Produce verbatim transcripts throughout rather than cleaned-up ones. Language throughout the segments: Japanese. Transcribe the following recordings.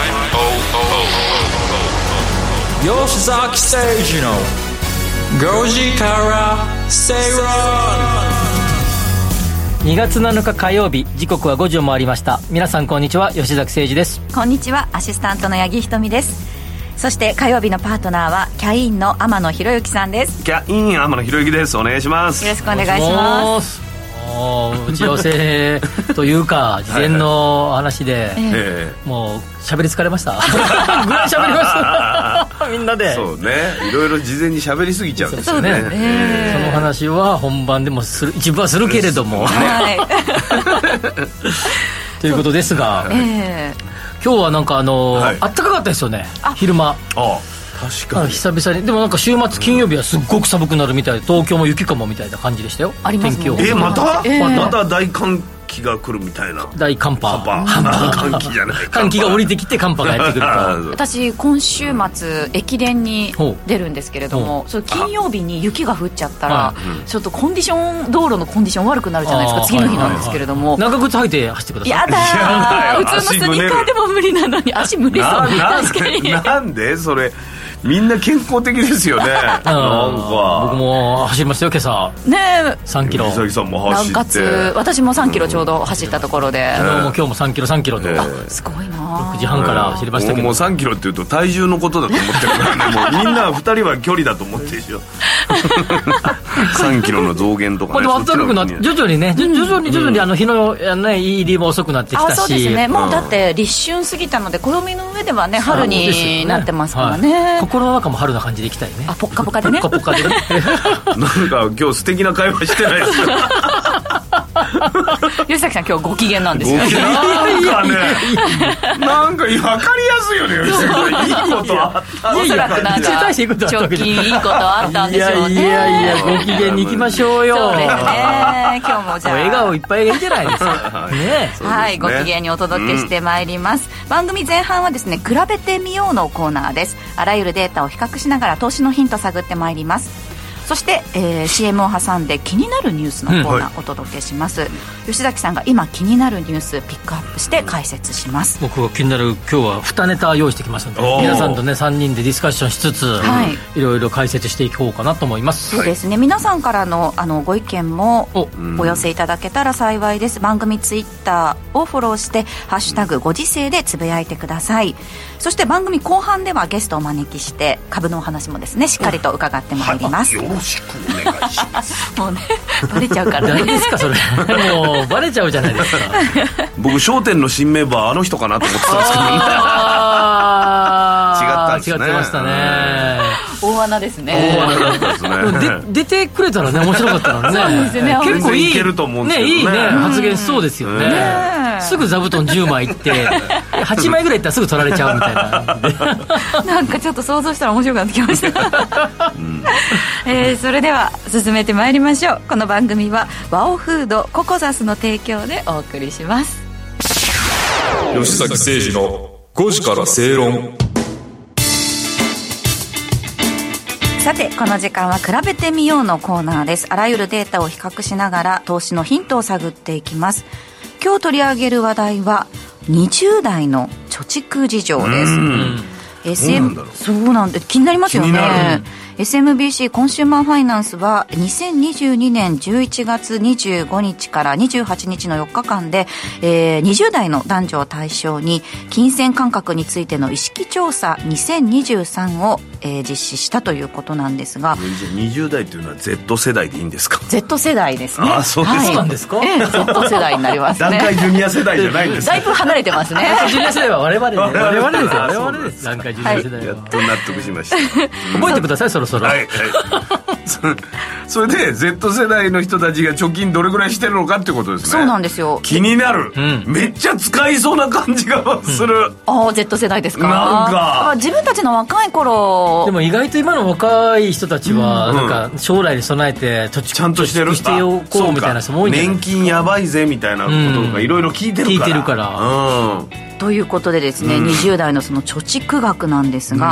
吉崎誠二のごじから正論。 にがつなのか火曜日、時刻はごじを回りました。皆さんこんにちは、吉崎誠二です。 こんにちは、アシスタントの八木ひとみです。そして火曜日のパートナーはキャインの天野博之さんです。 キャイン天野博之です。お願いします。 よろしくお願いします。 打ち合わせというか事前の話で、はいはい、もう喋り疲れましたぐらい喋りましたみんなで。そうね、 いろいろ事前に喋りすぎちゃうんですよね。 そうですね、えー、その話は本番でもする一部はするけれども、はいということですが、えー、今日はなんかあの、はい、あったかかったですよね、昼間。あ確かに久々に。でもなんか週末金曜日はすっごく寒くなるみたいで、東京も雪かもみたいな感じでしたよ。 ありますもんね。 えまた、えー、また大寒気が来るみたいな。 大寒波寒気じゃない寒気が降りてきて寒波がやってくると私今週末駅伝に出るんですけれども、それ金曜日に雪が降っちゃったらちょっとコンディション道路のコンディション悪くなるじゃないですか、次の日なんですけれども。 長靴履いて走ってください。 やだー普通のスニーカーでも無理なのに足無理そう。確かになんでそれみんな健康的ですよねなんか僕も走りましたよ今朝ねえさんキロ。 水崎さんも走って、 なおかつ私もさんキロちょうど走ったところで、 うん、もう今日もさんキロさんキロと、えー、 あすごいな。 ろくじはんから走りましたけど、 もうさんキロっていうと体重のことだと思ってるからねもうみんなふたりは距離だと思ってるでしょさんキロの増減とかね。 でも暖かくなって徐々にね、徐々に徐々にあの日のね入りも遅くなってきたし。 あそうですね、もうだって立春過ぎたので暦の上ではね春になってますからね、はい、 心の中も春な感じでいきたいね。 あポッカポカでねポッカポカでねなんか今日素敵な会話してないですか吉崎さん今日ご機嫌なんですよ。 ご機嫌なんかねなんか分かりやすいよね吉崎さん。いいことあったおそらくなんか直近いいことあったんでしょうね。 いやいやいやご機嫌に行きましょうよ。 そうですね、今日もじゃあ笑顔いっぱいがいいじゃないですかね。 はい、ご機嫌にお届けしてまいります、うん、番組前半はですね比べてみようのコーナーです。あらゆるデータを比較しながら投資のヒント探ってまいります。そして、えー、シーエム を挟んで気になるニュースのコーナーお届けします、うんはい、吉崎さんが今気になるニュースピックアップして解説します。 僕が気になる今日はにネタ用意してきましたので、皆さんとねさんにんでディスカッションしつつ、はい、いろいろ解説していこうかなと思います。 そうですね、皆さんからの、あのご意見もお寄せいただけたら幸いです。番組ツイッターをフォローしてハッシュタグご時世でつぶやいてください。そして番組後半ではゲストをお招きして株のお話もですねしっかりと伺ってまいります、 はい、よろしくお願いしますもうねバレちゃうからね。 何ですかそれもうバレちゃうじゃないですか僕笑点の新メンバーあの人かなと思ってたんですけどね違ったんですね。 違ってましたね。 大穴ですね。 大穴だったですねで出てくれたらね面白かったのね。 そうですね、 結構いいいけると思うんですけどね。 ねいいね発言しそうですよね、うんねすぐ座布団じゅうまいいってはちまいぐらいいったらすぐ取られちゃうみたいななんかちょっと想像したら面白くなってきました、うんえー、それでは進めてまいりましょう。この番組はワオフードココザスの提供でお送りします。 吉崎誠二のごじから正論。 さてこの時間は比べてみようのコーナーです。あらゆるデータを比較しながら投資のヒントを探っていきます。今日取り上げる話題はにじゅう代の貯蓄事情です。うん エスエム そうなんで気になりますよね。エスエムビーシー コンシューマーファイナンスはにせんにじゅうにねんじゅういちがつにじゅうごにちからにじゅうはちにちのよっかかんで、えー、にじゅう代の男女を対象に金銭感覚についての意識調査にせんにじゅうさんを、えー、実施したということなんですが、 にじゅう代というのは Z 世代でいいんですか？ Z 世代ですね。 あそうですか、 はい、なんですか、 えー、Z 世代になりますね。 段階ジュニア世代じゃないんですか？ だいぶ離れてますねジュニア世代は我々で我々ですよ我々です段階ジュニア世代は、はい、 やっと納得しました覚えてくださいそろそろ。 はいはいそれで Z 世代の人たちが貯金どれぐらいしてるのかってことですね。 そうなんですよ。 気になる、うん、めっちゃ使いそうな感じがする、うん、 ああ Z 世代ですか。 なんか自分たちの若い頃でも意外と今の若い人たちはなんか将来に備えて貯蓄ちゃんとしてるしておこうみたいな人も多いんじゃないですか。 年金やばいぜみたいなこととかいろいろ聞いてるから、 聞いてるから、 うんということでですね、うん、にじゅう代のその貯蓄額なんですが、うん、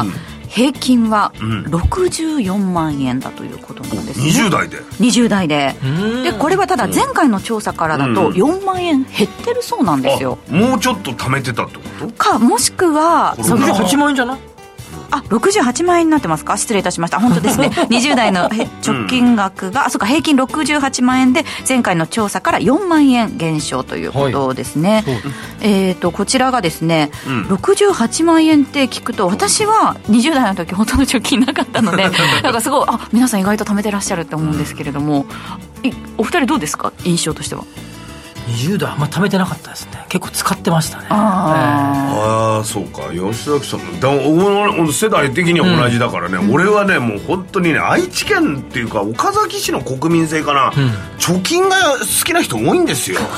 平均はろくじゅうよんまんえんだということなんですね、 にじゅう代でにじゅう代ででこれはただ前回の調査からだとよんまんえん減ってるそうなんですよ。 もうちょっと貯めてたってことか、もしくはろくじゅうはちまんえんじゃない？ あ、ろくじゅうはちまんえんになってますか？失礼いたしました。本当ですね。にじゅう代の直近額が、うん、あ、そうか、平均ろくじゅうはちまんえんで前回の調査からよんまんえん減少ということですね、はい、えーとこちらがですね、うん、ろくじゅうはちまんえんって聞くと、私はにじゅう代の時ほとんど貯金なかったのでなんかすごい、あ、皆さん意外と貯めてらっしゃるって思うんですけれども、お二人どうですか、印象としては。 にじゅう代あんま貯めてなかったですね。結構使ってましたね。 あ、えー、あ、そうか。吉崎さんだ、俺世代的には同じだからね、うん、俺はね、もう本当にね、愛知県っていうか岡崎市の国民性かな、うん、貯金が好きな人多いんですよ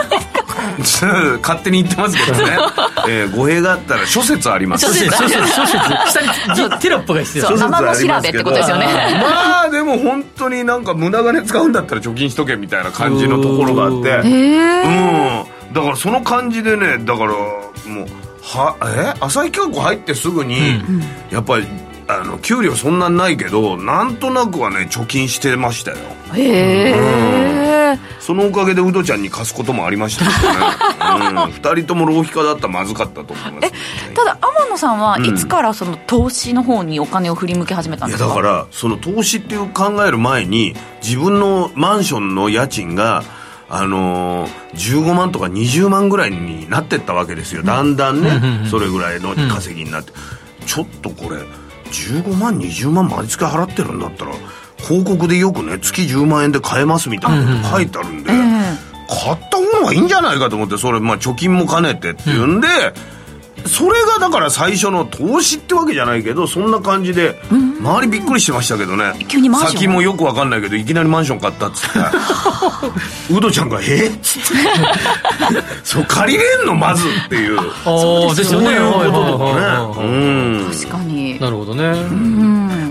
勝手に言ってますけどね、えー、語弊があったら諸説あります。 諸説諸説諸説下にテロップが必要。 そう、生の調べってことですよね。 まあでも本当になんか無駄金使うんだったら貯金しとけみたいな感じのところがあって、へー、うん、だからその感じでね、だからもうはえ朝日教庫入ってすぐに、うん、やっぱりあの給料そんなないけどなんとなくはね貯金してましたよ。 へえ、うん、 そのおかげでウドちゃんに貸すこともありましたけどね、うん、ふたりとも浪費家だったらまずかったと思います、ね、 えただ天野さんはいつからその投資の方にお金を振り向け始めたんですか？ いやだからその投資っていう考える前に自分のマンションの家賃があのー、じゅうごまんとかにじゅうまんぐらいになってったわけですよ、だんだんね、うん、それぐらいの稼ぎになって、うん、ちょっとこれじゅうごまんにじゅうまん毎月払ってるんだったら広告でよくね月じゅうまんえんで買えますみたいなこと書いてあるんで、うんうん、買った方がいいんじゃないかと思って、それまあ貯金も兼ねてっていうんで、うん、それがだから最初の投資ってわけじゃないけどそんな感じで周りびっくりしてましたけどね、 急にマンション、 先もよく分かんないけどいきなりマンション買ったっつってウドちゃんがえっつってそう借りれんのまずっていう、 そうですよね、 そういうこととかね、 うん、確かに、 なるほどね、うん、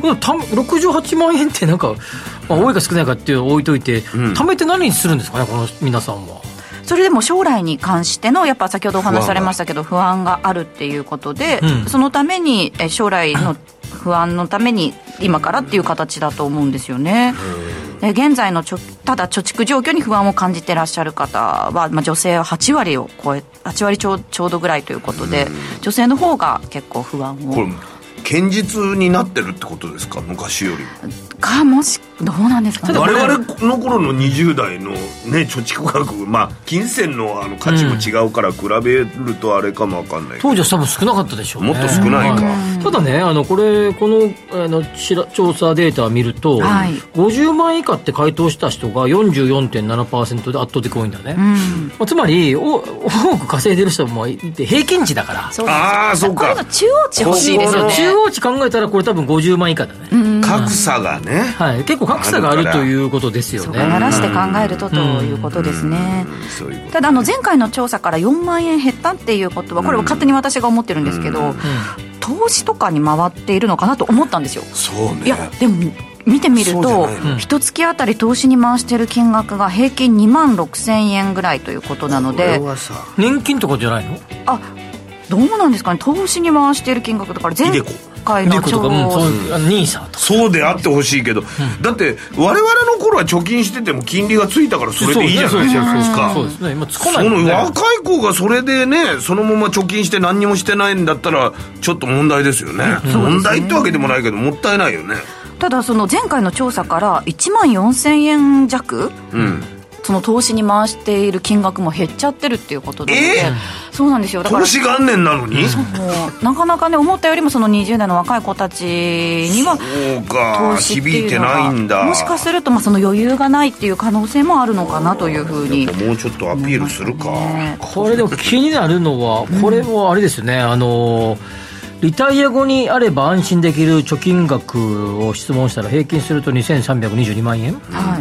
ろくじゅうはちまんえんってなんか、まあ、多いか少ないかっていうのを置いといて、うん、貯めて何にするんですかね、この皆さんは。 それでも将来に関してのやっぱ先ほどお話しされましたけど不安があるっていうことで、うん、そのために将来の不安のために今からっていう形だと思うんですよね。で現在のちょただ貯蓄状況に不安を感じてらっしゃる方は、まあ、女性ははちわりを超えはちわりちょう、ちょうどぐらいということで、女性の方が結構不安を、 これ堅実になってるってことですか、昔よりか、もしどうなんですかね。 我々の頃のにじゅう代の、ね、貯蓄額、まあ、金銭 の, あの価値も違うから比べるとあれかも分かんないけど、 当時は多分少なかったでしょうね。 もっと少ないか、 はい、ただね、あのこれこのあの調査データを見ると、はい、ごじゅうまん以下って回答した人が よんじゅうよんてんななパーセント で圧倒的多いんだね、うん、まあ、つまりお多く稼いでる人もいて平均値だから。 そうです、 ああそうか、 こういうの中央値欲しいですよね。 中央値考えたらこれ多分ごじゅうまん以下だね、うん、 格差がね、 はい、結構格差があるということですよね。 慣らして考えるとということですね。ただあの前回の調査からよんまんえん減ったっていうことはこれは勝手に私が思ってるんですけど、うんうん、投資とかに回っているのかなと思ったんですよ。 そうね。 いやでも見てみると一月あたり投資に回している金額が平均にまんろくせんえんぐらいということなので、 年金とかじゃないの？ あ、どうなんですかね。投資に回している金額だから前回の調査、 ニーサとかそうであってほしいけど、うん、だって我々の頃は貯金してても金利がついたからそれでいいじゃないですか。 そうですね、今つかないもんね。 その若い子がそれでねそのまま貯金して何にもしてないんだったらちょっと問題ですよね、うん、問題ってわけでもないけどもったいないよね。 ただその前回の調査からいちまんよんせんえん弱、うん、その投資に回している金額も減っちゃってるっていうことなので、えー、そうなんですよ。だから投資元年なのにそうなかなかね思ったよりもそのにじゅう代の若い子たちには投資っていうのが響いてないんだ。もしかするとまあその余裕がないっていう可能性もあるのかなというふうに、 もうちょっとアピールするか、ね、 これでも気になるのはこれもあれですよね、うん、あのリタイア後にあれば安心できる貯金額を質問したら平均するとにせんさんびゃくにじゅうにまんえん、はい、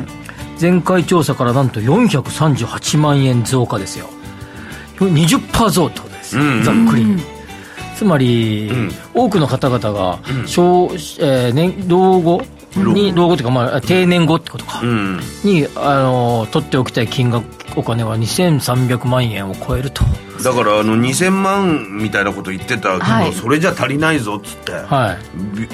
前回調査からなんとよんひゃくさんじゅうはちまんえん増加ですよ。 にじゅっパーセント 増とです、うん、ざっくり、うん、つまり、うん、多くの方々が小、うんえー年、老後に老後というか、まあ、定年後ってことか、うん、にあの取っておきたい金額お金はにせんさんびゃくまんえんを超えると。 だからあのにせんまんみたいなこと言ってたけど、はい、それじゃ足りないぞっつって、はい、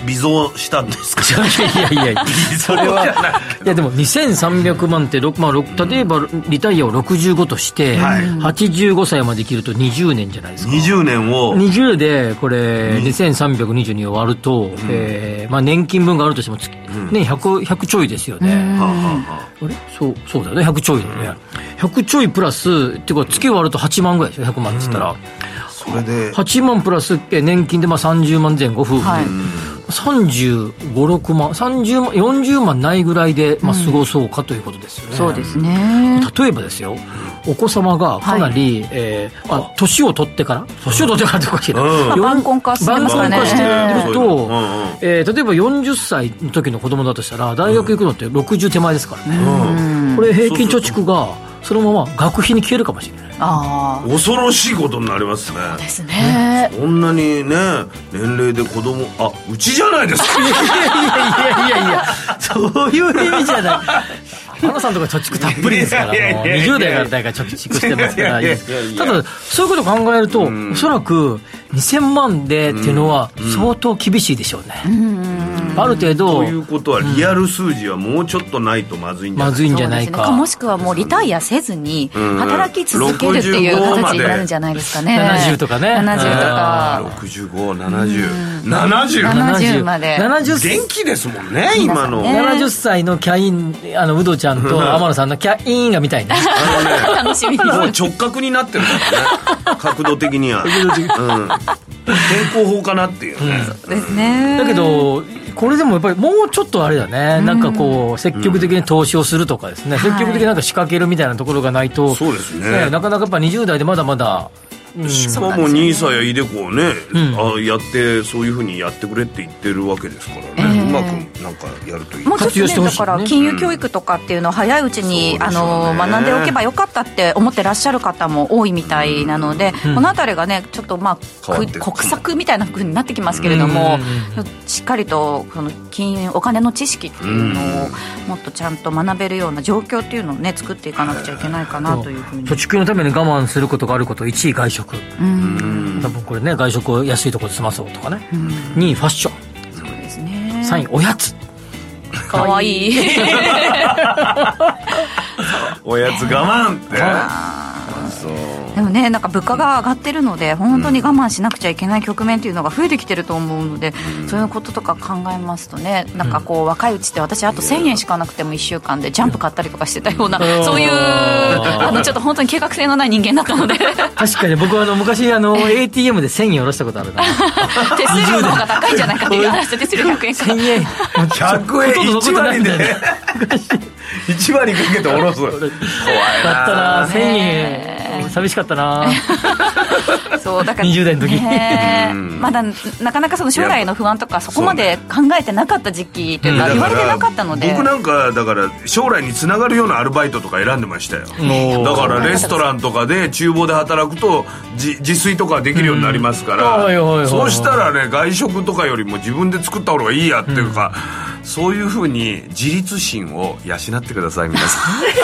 微増したんですか。 いやいやいやそれはいやでもにせんさんびゃくまんって、まあ、例えばリタイアをろくじゅうごとして、はい、はちじゅうごさいまで生きるとにじゅうねんじゃないですか。 にじゅうねんをにじゅうでこれにせんさんびゃくにじゅうにを割ると、うんえーまあ、年金分があるとしても、うんね、ひゃく, ひゃくちょいですよね。あれ そう, そうだよねひゃくちょいだよね。ひゃくちょいプラスっていうか月割るとはちまんぐらいでしょ。ひゃくまんって言ったら、うん、 それではちまんプラス年金でまあさんじゅうまんぜん後夫婦で、はい、さんじゅうご、ろくまんさんじゅうまんよんじゅうまんないぐらいで、まあ、過ごそうかということですよね、うん、 そうですね。 例えばですよ、お子様がかなり、はいえー、あ年を取ってから年を取ってからっておかしいな、 うん、晩婚化してますかね。 晩婚化してると、うんえー、例えばよんじゅっさいの時の子供だとしたら大学行くのってろくじゅう手前ですからね、うん、これ平均貯蓄がそのまま学費に消えるかもしれない。 あ恐ろしいことになりますね。 そうですね。 そんなにね年齢で子供あうちじゃないですか。 いやいやいやいやいやそういう意味じゃない。花さんとか貯蓄たっぷりですから、もうにじゅう代から貯蓄してますからいいです。ただそういうことを考えると、おそらくにせんまんでっていうのは相当厳しいでしょうね。うんある程度ということはリアル数字はもうちょっとないとまずいんじゃないか、 まずいんじゃないか、 もしくはもうリタイアせずに働き続けるっていう形になるんじゃないですかね。 ななじゅうとかね、 ななじゅうとかろくじゅうご、ななじゅう、ななじゅう、 ななじゅうまで元気ですもんね今の。 ななじゅっさいのキャイン、あのウドちゃんと天野さんのキャインが見たいね。 楽しみです。 もう直角になってるからね角度的には、うん、健康法かなっていうね、 うん、ですね。 だけどこれでもやっぱりもうちょっとあれだね、うん、なんかこう積極的に投資をするとかですね、うん、積極的になんか仕掛けるみたいなところがないと、 はい、そうですね、 ねなかなかやっぱにじゅう代でまだまだ、 うん、しかもニーサやイデコをね、うん、あやってそういうふうにやってくれって言ってるわけですからね、えー、うまくなんかやるといい。 もうちょっとね、だから金融教育とかっていうのを早いうちに、うん、あの学んでおけばよかったって思ってらっしゃる方も多いみたいなので、うん、このあたりがねちょっとまあ国策みたいな風になってきますけれども、うん、しっかりとその金融お金の知識っていうのをもっとちゃんと学べるような状況っていうのをね作っていかなくちゃいけないかなというふうに。 貯蓄のために我慢することがあること。いちい外食、うん多分これね外食を安いところで済まそうとかね、うん、にいファッション、 そうですね、 さんいおやつ、 かわいいおやつ我慢ってそうでもねなんか物価が上がってるので本当に我慢しなくちゃいけない局面っていうのが増えてきてると思うので、うん、そういうこととか考えますとねなんかこう、うん、若いうちって私あとせんえんしかなくてもいっしゅうかんでジャンプ買ったりとかしてたような、うん、そういうあのちょっと本当に計画性のない人間だったので確かに僕はあの昔あの エーティーエム でせんえん下ろしたことあるな手数料の方が高いんじゃないかっていう話で手数料ひゃくえんかせんえんひゃくえんいちわりでいちわりかけて下ろす怖いなだったなせんえん寂しかったなそうだから、ね、 にじゅう代の時まだなかなかその将来の不安とかそこまで考えてなかった時期というか言われてなかったので、 僕なんかだから将来につながるようなアルバイトとか選んでましたよ。だからレストランとかで厨房で働くと自炊とかできるようになりますから、そうしたらね外食とかよりも自分で作った方がいいやっていうか、うん、そういうふうに自立心を養ってください皆さ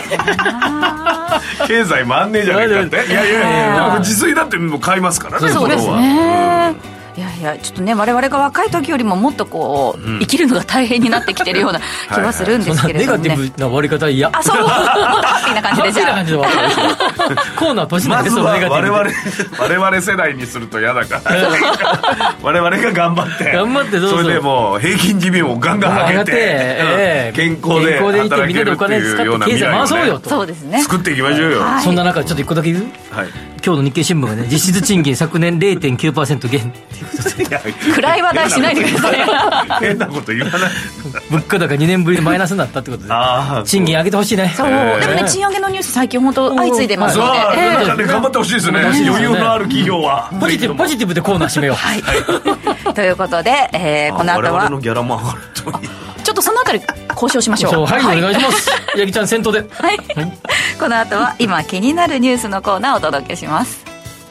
ん経済回んねえじゃないかっていやいやいや自炊だってもう買いますからね。 そうですね、うんいやいやちょっとね我々が若い時よりももっとこう、うん、生きるのが大変になってきてるような気はするんですけれどもね。 ネガティブな割り方嫌。 あそうもっとハッピーな感じでじゃあコーナー閉じないでまずは我々我々世代にすると嫌だから我々が頑張って頑張ってどうぞそれでもう平均寿命をガンガン上げて、えー、健康で働けるっていうような未来を、ね、 そうですね作っていきましょうよ、 はい、そんな中ちょっと一個だけ言う、はい、今日の日経新聞がね実質賃金昨年 れいてんきゅうパーセント 減っていう暗い話題しないでください変なこと言わない物価高にねんぶりにマイナスになったってことで賃金上げてほしいね。 そう、えー、でもね賃上げのニュース最近本当相次いでますので、 えーね、頑張ってほしいですね。余裕のある企業はポジティブポジティブでコーナー締めよう、 はいはい、ということで、えー、この後は我々のギャラも上がるといいちょっとそのあたり交渉しましょう。 そうはい、はい、お願いします八木ちゃん先頭で、 はいはい、この後は今気になるニュースのコーナーをお届けします。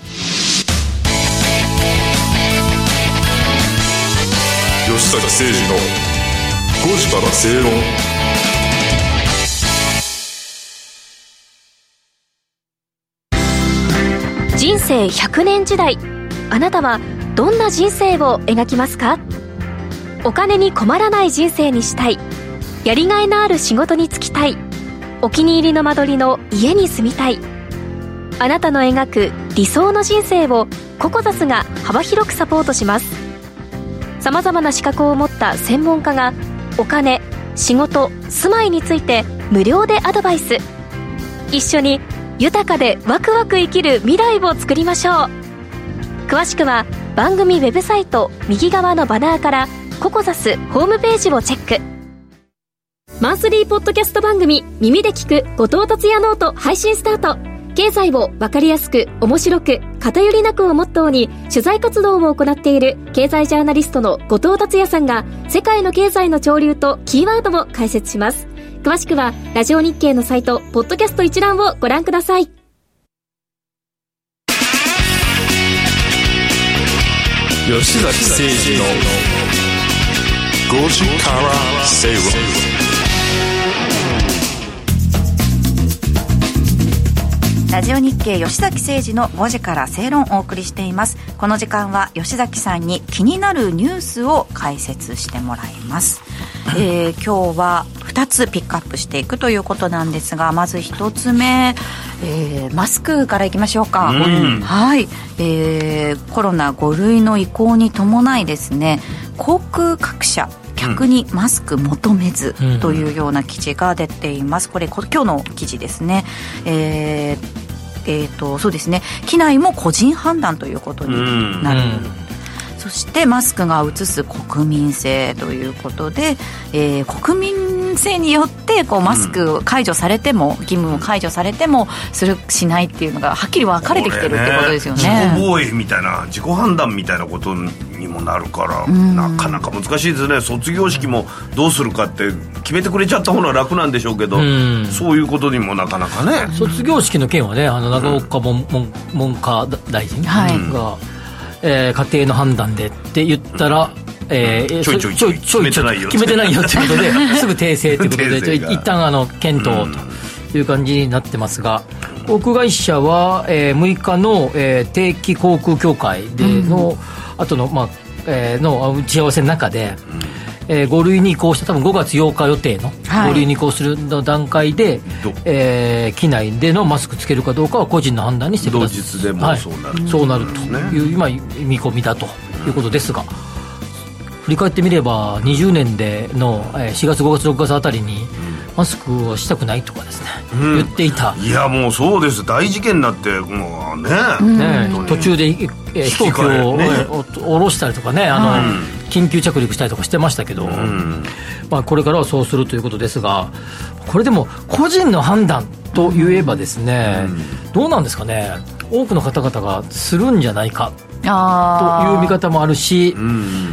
吉坂誠二のごじから正論。 生ひゃくねん時代、あなたはどんな人生を描きますか？お金に困らない人生にしたい、やりがいのある仕事に就きたい、お気に入りの間取りの家に住みたい。あなたの描く理想の人生をココザスが幅広くサポートします。さまざまな資格を持った専門家がお金、仕事、住まいについて無料でアドバイス。一緒に豊かでワクワク生きる未来を作りましょう。詳しくは番組ウェブサイト右側のバナーからココザスホームページをチェック。マンスリーポッドキャスト番組耳で聞く後藤達也ノート配信スタート。経済を分かりやすく面白く偏りなくをモットーに取材活動を行っている経済ジャーナリストの後藤達也さんが世界の経済の潮流とキーワードを解説します。詳しくはラジオ日経のサイトポッドキャスト一覧をご覧ください。 吉崎誠二のごじから正論。 ラジオ日経吉崎誠二のごじから正論をお送りしています。この時間は吉崎さんに気になるニュースを解説してもらいます。えー、今日はふたつピックアップしていくということなんですが、まずひとつめ、えー、マスクからいきましょうか。うん、はい、えー、コロナご類の移行に伴いですね、航空各社客にマスク求めずというような記事が出ています。これ今日の記事ですね。えーえー、とそうですね、機内も個人判断ということになる。そしてマスクが移す国民性ということで、えー、国民性によってこうマスク解除されても、うん、義務を解除されてもするしないっていうのがはっきり分かれてきてるってことですよね。 自己防衛みたいな、自己判断みたいなことにもなるから、うん、なかなか難しいですね。卒業式もどうするかって決めてくれちゃった方が楽なんでしょうけど、うん、そういうことにもなかなかね。 卒業式の件はね、あの長岡文、うん、文科大臣が、はい、えー、家庭の判断でって言ったら、えー、 ちょいちょいちょい決めてないよ決めてないよということですぐ訂正ということで一旦あの検討という感じになってますが、航空会社は、えー、むいかの、えー、定期航空協会での、うん、後の、まあえー、の打ち合わせの中で、うん、えー、ご類に移行した多分ごがつようか予定のご類に移行するの段階で、はい、えー、機内でのマスクつけるかどうかは個人の判断にしてください。 同日でもそうなる、はい、 そうなるという今見込みだということですが、振り返ってみればにじゅうねんでのしがつごがつろくがつあたりにマスクをしたくないとかですね、うん、言っていた。 いやもうそうです、大事件になってもうね、 ね、途中で飛行機を、ね、降ろしたりとかね、あの、うん、緊急着陸したりとかしてましたけど、うん、まあ、これからはそうするということですが、これでも個人の判断といえばですね、うん、どうなんですかね、多くの方々がするんじゃないかという見方もあるし、うん、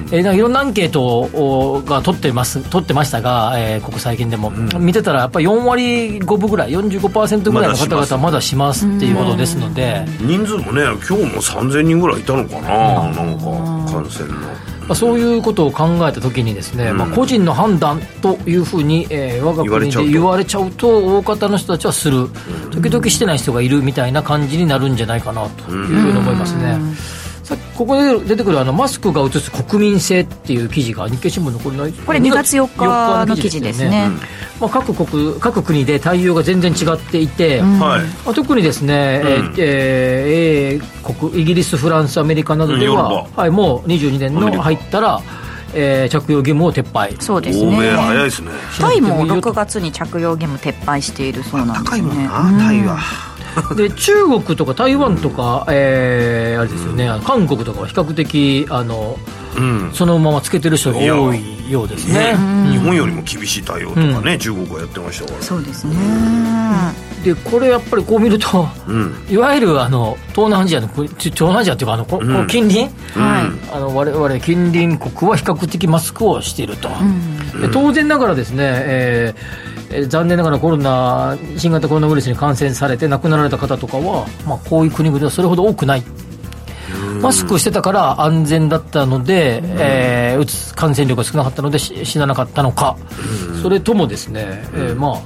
えー、いろんなアンケートが取ってます取ってましたが、えー、ここ最近でも、うん、見てたらやっぱりよんわりごぶぐらい よんじゅうごパーセント ぐらいの方々はまだしますっていうことですので、 人数もね今日もさんぜんにんぐらいいたのかな、うん、なんか感染の、 まあ、そういうことを考えたときにですね、うん、まあ、個人の判断というふうに、えー、我が国で言われちゃうと大方の人たちはする、時々してない人がいるみたいな感じになるんじゃないかなというふうに思いますね。さっきここで出てくるあのマスクが移す国民性っていう記事が日経新聞のこれのこれにがつよっかの記事ですね。 まあ、各国各国で対応が全然違っていて、うん、まあ、特にですね、うん、えー、国イギリス、フランス、アメリカなどでは、はい、もうにじゅうにねんの入ったら、えー、着用義務を撤廃。 そうですね、 欧米早いですね。 タイもろくがつに着用義務撤廃しているそうなんですね。 高いもんな、タイは。 で中国とか台湾とか、えー、あれですよね、うん、韓国とかは比較的あの、うん、そのままつけてる人が多いようですね。 ね、日本よりも厳しい対応とかね、うん、中国はやってましたから。 そうですね。 でこれやっぱりこう見ると、うん、いわゆるあの東南アジアの東南アジアというかあの、こうん、近隣、はい、あの我々近隣国は比較的マスクをしていると、うん、で当然ながらですね、えーえー、残念ながらコロナ新型コロナウイルスに感染されて亡くなられた方とかは、まあ、こういう国々はそれほど多くない。マスクしてたから安全だったので、えー、うつ感染力が少なかったので 死, 死ななかったのか、それともですね、えー、まあ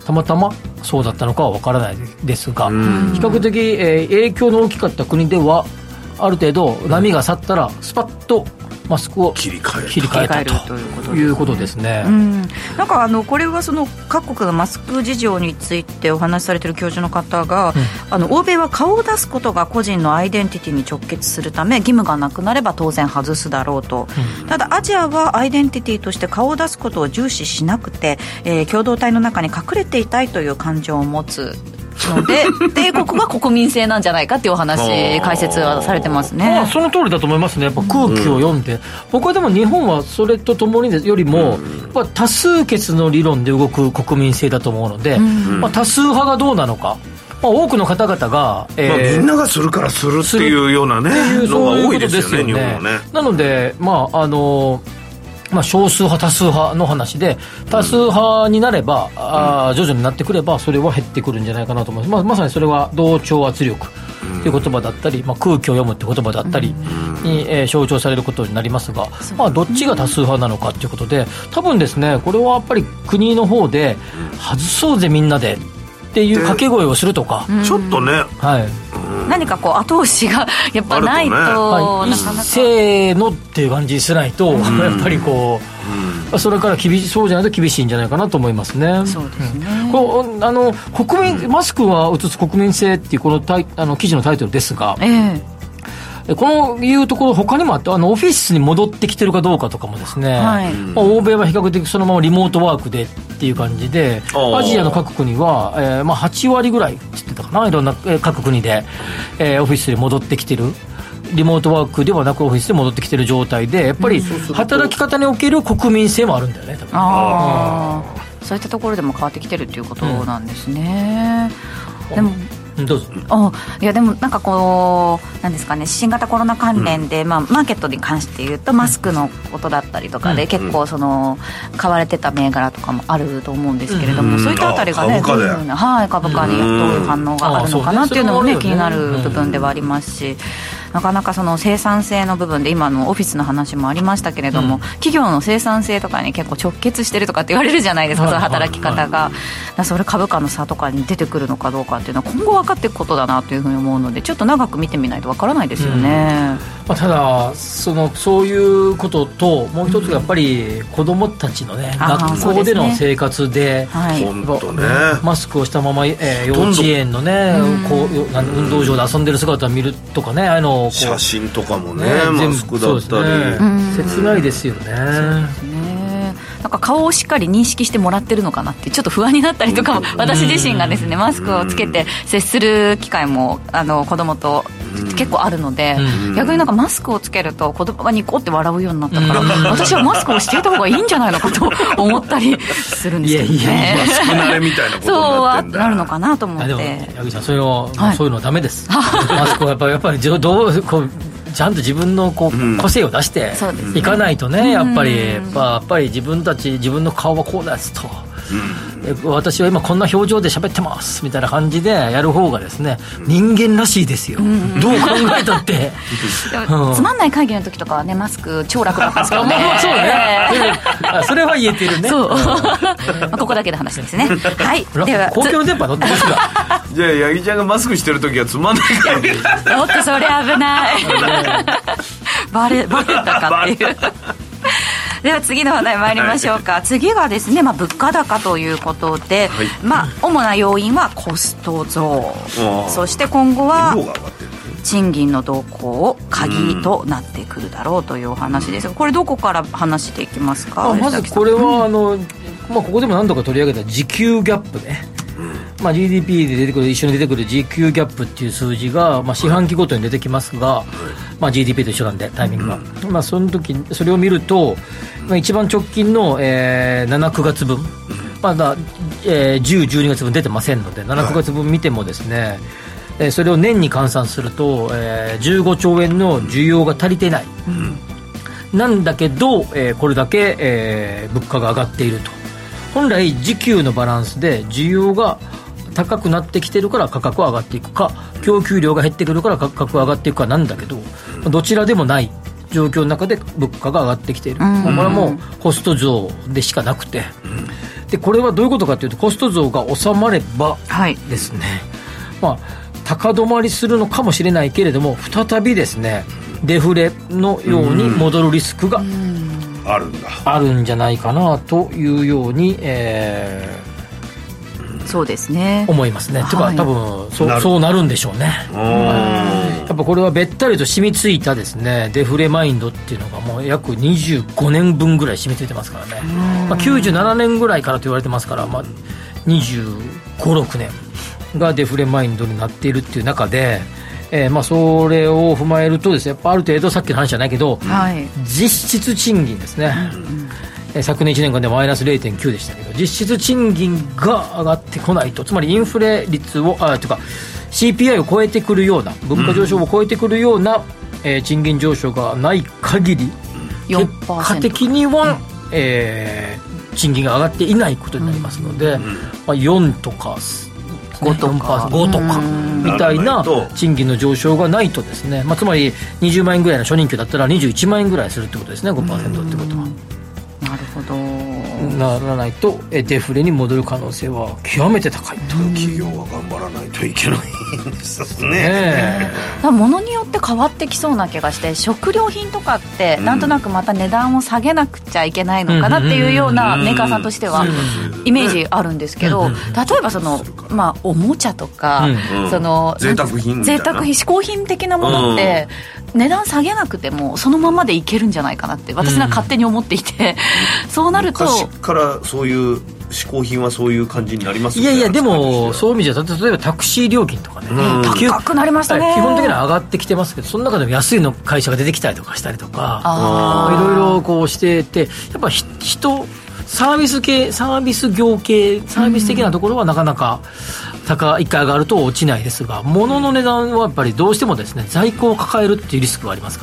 たまたまそうだったのかは分からないですが、比較的、えー、影響の大きかった国ではある程度波が去ったらスパッとマスクを切り替え切り替えたということですね。 うん、なんかあのこれはその各国のマスク事情についてお話しされている教授の方が、うん、あの欧米は顔を出すことが個人のアイデンティティに直結するため義務がなくなれば当然外すだろうと、うん、ただアジアはアイデンティティとして顔を出すことを重視しなくて、えー、共同体の中に隠れていたいという感情を持つので帝国が国民性なんじゃないかっていうお話解説はされてますね。 まあ、その通りだと思いますね。やっぱ空気を読んで、うん、僕はでも日本はそれとともによりも、うん、やっぱ多数決の理論で動く国民性だと思うので、うんまあ、多数派がどうなのか、まあ、多くの方々が、 えーまあ、みんながするからするっていうようなねのが多いですよね、日本はね。 なのでまああのまあ、少数派多数派の話で多数派になれば、うん、あ徐々になってくればそれは減ってくるんじゃないかなと思います、まあ、まさにそれは同調圧力という言葉だったり、まあ、空気を読むという言葉だったりに、えー、象徴されることになりますが、まあ、どっちが多数派なのかということで多分ですねこれはやっぱり国の方で外そうぜみんなでっていう掛け声をするとか、 ちょっとね、 はい、 何かこう後押しがやっぱないと、ねはい、なかなかせーのっていう感じにしないと、うん、やっぱりこう、うん、それから厳しそうじゃないと厳しいんじゃないかなと思いますね。 そうですね、 うん、こうあの国民マスクは映す国民性っていうこのタイあの記事のタイトルですが、えーこのいうところ他にもあってあのオフィスに戻ってきてるかどうかとかもですね、はいまあ、欧米は比較的そのままリモートワークでっていう感じでアジアの各国は、えーまあ、はちわりぐらいって言ってたかないろんな、えー、各国で、えー、オフィスに戻ってきてるリモートワークではなくオフィスで戻ってきてる状態でやっぱり働き方における国民性もあるんだよね多分。 あ、うん、そういったところでも変わってきてるっていうことなんですね、うん、でもどうぞ。 おいやでもなんかこうなんですかね新型コロナ関連で、うんまあ、マーケットに関して言うとマスクのことだったりとかで、うん、結構その買われてた銘柄とかもあると思うんですけれども、うん、そういったあたりがねどういうふうな、はい、株価にどういう反応があるのかなっていうのもね、うん、気になる部分ではありますし、なかなかその生産性の部分で今のオフィスの話もありましたけれども、うん、企業の生産性とかに結構直結してるとかって言われるじゃないですか、はい、その働き方が、はい、だそれ株価の差とかに出てくるのかどうかっていうのは今後分かっていくことだなというふうに思うのでちょっと長く見てみないと分からないですよね、 うんまあ、ただそのそういうことともう一つやっぱり子どもたちのね、うん、学校での生活で、 はい、本当ねマスクをしたまま、えー、幼稚園のねこう運動場で遊んでる姿を見るとかねあの写真とかもねマスクだったり、 ね、切ないですよね。そうですね。なんか顔をしっかり認識してもらってるのかなってちょっと不安になったりとかも私自身がですねマスクをつけて接する機会もあの子供と結構あるので逆になんかマスクをつけると子供がニコって笑うようになったから私はマスクをしていた方がいいんじゃないのかと思ったりするんですけどね。 いやいやマスク慣れみたいなことになってんだ。 そうなるのかなと思って。 でも矢口さんそれは、はい、そういうのはダメです。マスクはやっぱりやっぱりどうこうちゃんと自分のこう、うん、個性を出していかないとね、うん、やっぱり、やっぱり自分たち自分の顔はこうなやつと、うん、私は今こんな表情で喋ってますみたいな感じでやる方がですね、うん、人間らしいですよ、うん、どう考えたってうん、つまんない会議の時とかはねマスク超楽だったんですけどねそうねそれは言えてるねそう、まあ、ここだけの話ですねはいでは公共の電波乗ってますがじゃあ八木ちゃんがマスクしてる時はつまんない会議おっとそれ危ないバレバレたかっていうでは次の話題参りましょうか、はい、次がですね、まあ、物価高ということで、はいまあ、主な要因はコスト増そして今後は賃金の動向を鍵となってくるだろうというお話ですがこれどこから話していきますか。 まずこれはあの、まあ、ここでも何度か取り上げた時給ギャップねまあ、ジーディーピー で出てくる一緒に出てくる時給ギャップっていう数字が、まあ、四半期ごとに出てきますが、まあ、ジーディーピー と一緒なんでタイミングが、うんまあ、その時それを見ると、まあ、一番直近の、えー、なな、くがつぶんまだ、えー、じゅう、じゅうにがつぶん出てませんのでなな、くがつぶん見てもですね、えー、それを年に換算すると、えー、じゅうごちょうえんの需要が足りてない、うん、なんだけど、えー、これだけ、えー、物価が上がっていると。本来時給のバランスで需要が高くなってきてるから価格は上がっていくか供給量が減ってくるから価格は上がっていくかなんだけどどちらでもない状況の中で物価が上がってきている、うん、これはもうコスト増でしかなくて、 でこれはどういうことかというと、コスト増が収まればですね、はい、まあ、高止まりするのかもしれないけれども、再びですねデフレのように戻るリスクがあるんだあるんじゃないかなというように、えー、そうですね、 思いますね。というか多分 そ, なそうなるんでしょうね。やっぱこれはべったりと染みついたですねデフレマインドっていうのがもう約にじゅうごねんぶんぐらい染みついてますからね。まあ、きゅうじゅうななねんぐらいからと言われてますから、まあ、にじゅうご、ろくねんがデフレマインドになっているっていう中で、えー、まあそれを踏まえるとですね、やっぱある程度さっきの話じゃないけど、はい、実質賃金ですね、うんえー、昨年いちねんかんでマイナス れいてんきゅう でしたけど、実質賃金が上がってこないと、つまりインフレ率をあというか シーピーアイ を超えてくるような、物価上昇を超えてくるような、うんえー、賃金上昇がない限り、結果的には、うんえー、賃金が上がっていないことになりますので、うんまあ、よんとかごとかごとかみたいな賃金の上昇がないとですね、まあ、つまりにじゅうまんえんぐらいの初任給だったらにじゅういちまんえんぐらいするってことですね、 ごパーセント ってことは。 なるほど。 ならないとデフレに戻る可能性は極めて高いと。 企業は頑張らないといけないんですね。 ね物によって変わってきそうな気がして、食料品とかってなんとなくまた値段を下げなくちゃいけないのかなっていうようなメーカーさんとしてはイメージあるんですけど、例えばその、まあ、おもちゃとか、うん、その贅沢品みたいな贅沢品嗜好品的なものって、うん、値段下げなくてもそのままでいけるんじゃないかなって私は勝手に思っていて、うん、そうなると昔からそういう嗜好品はそういう感じになりますよね。 いやいやでもそういう意味じゃ例えばタクシー料金とかね、 うん、高くなりましたね。 基本的には上がってきてますけど、その中でも安いの会社が出てきたりとかしたりとか、いろいろこうしてて、やっぱ人サービス系サービス業系サービス的なところはなかなか高い一回上がると落ちないですが、物の値段はやっぱりどうしてもですね在庫を抱えるっていうリスクがありますから、